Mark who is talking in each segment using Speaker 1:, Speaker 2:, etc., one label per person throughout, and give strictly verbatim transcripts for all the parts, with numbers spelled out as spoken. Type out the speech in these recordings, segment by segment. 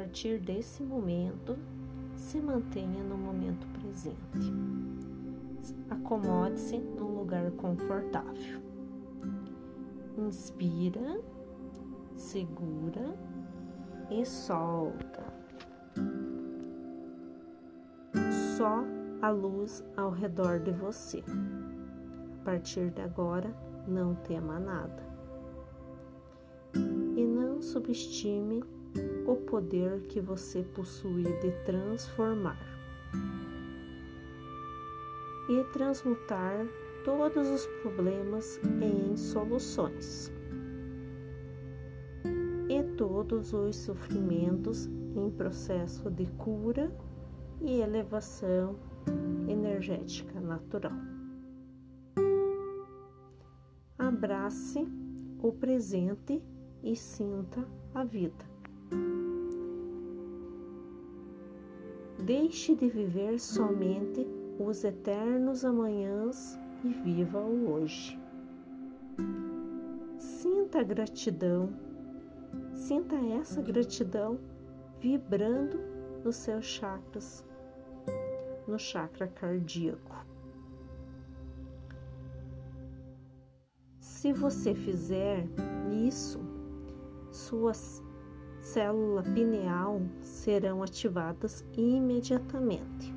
Speaker 1: partir desse momento, se mantenha no momento presente. Acomode-se num lugar confortável. Inspira, segura e solta. Só a luz ao redor de você. A partir de agora, não tema nada. E não subestime o poder que você possui de transformar e transmutar todos os problemas em soluções e todos os sofrimentos em processo de cura e elevação energética natural. Abrace o presente e sinta a vida. Deixe de viver somente os eternos amanhãs e viva o hoje. Sinta a gratidão, sinta essa gratidão vibrando nos seus chakras, no chakra cardíaco. Se você fizer isso, suas células pineal serão ativadas imediatamente.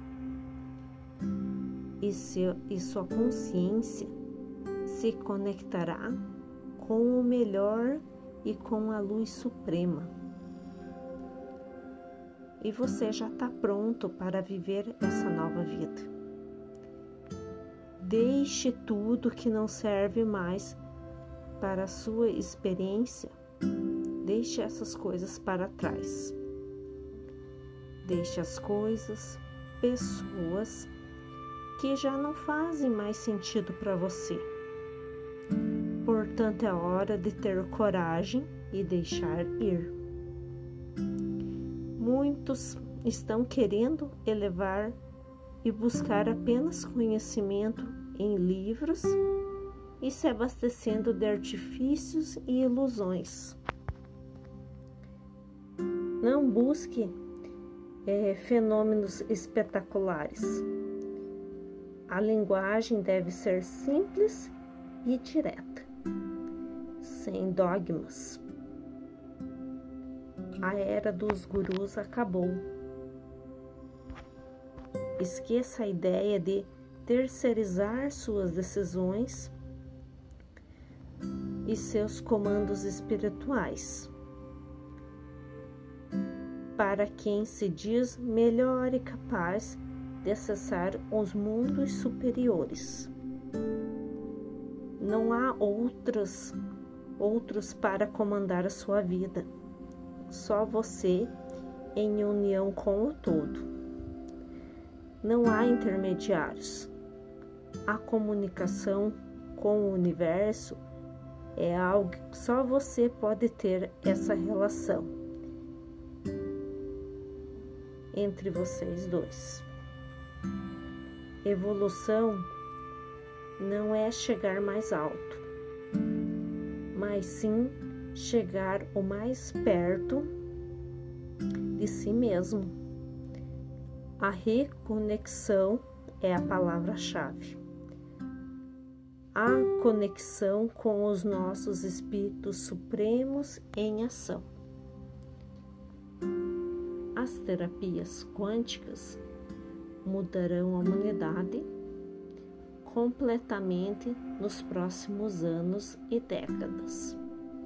Speaker 1: E, seu, e sua consciência se conectará com o melhor e com a luz suprema. E você já está pronto para viver essa nova vida. Deixe tudo que não serve mais para a sua experiência. Deixe essas coisas para trás. Deixe as coisas, pessoas que já não fazem mais sentido para você. Portanto, é hora de ter coragem e deixar ir. Muitos estão querendo elevar e buscar apenas conhecimento em livros e se abastecendo de artifícios e ilusões. Não busque é, fenômenos espetaculares. A linguagem deve ser simples e direta, sem dogmas. A era dos gurus acabou. Esqueça a ideia de terceirizar suas decisões e seus comandos espirituais para quem se diz melhor e capaz de acessar os mundos superiores. Não há outros, outros para comandar a sua vida. Só você em união com o todo. Não há intermediários. A comunicação com o universo é algo que só você pode ter essa relação entre vocês dois. Evolução não é chegar mais alto, mas sim chegar o mais perto de si mesmo. A reconexão é a palavra-chave. A conexão com os nossos espíritos supremos em ação. As terapias quânticas mudarão a humanidade completamente nos próximos anos e décadas.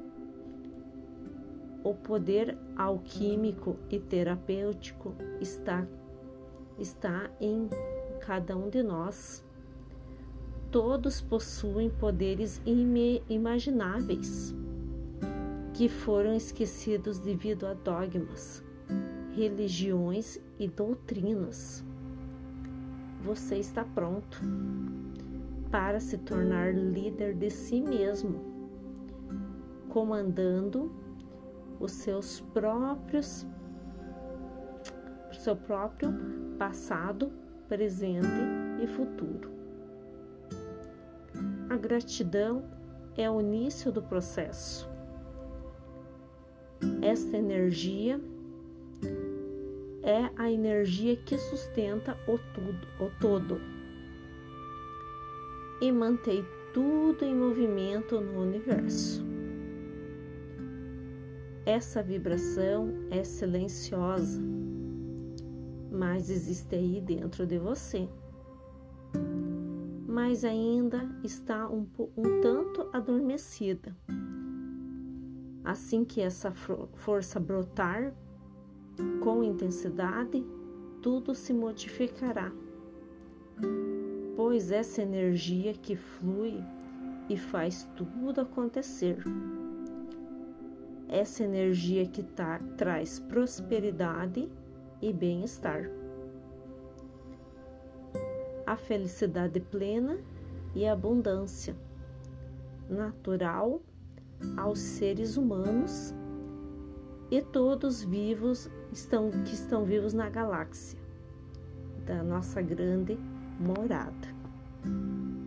Speaker 1: O poder alquímico e terapêutico está, está em cada um de nós. Todos possuem poderes inimagináveis que foram esquecidos devido a dogmas, religiões e doutrinas. Você está pronto para se tornar líder de si mesmo, comandando os seus próprios, seu próprio passado, presente e futuro. A gratidão é o início do processo. Esta energia é a energia que sustenta o, tudo, o todo e mantém tudo em movimento no universo. Essa vibração é silenciosa, mas existe aí dentro de você. Mas ainda está um, um tanto adormecida. Assim que essa força brotar com intensidade, tudo se modificará, pois essa energia que flui e faz tudo acontecer. Essa energia que tá, traz prosperidade e bem-estar, a felicidade plena e abundância natural aos seres humanos e todos vivos estão, que estão vivos na galáxia da nossa grande morada.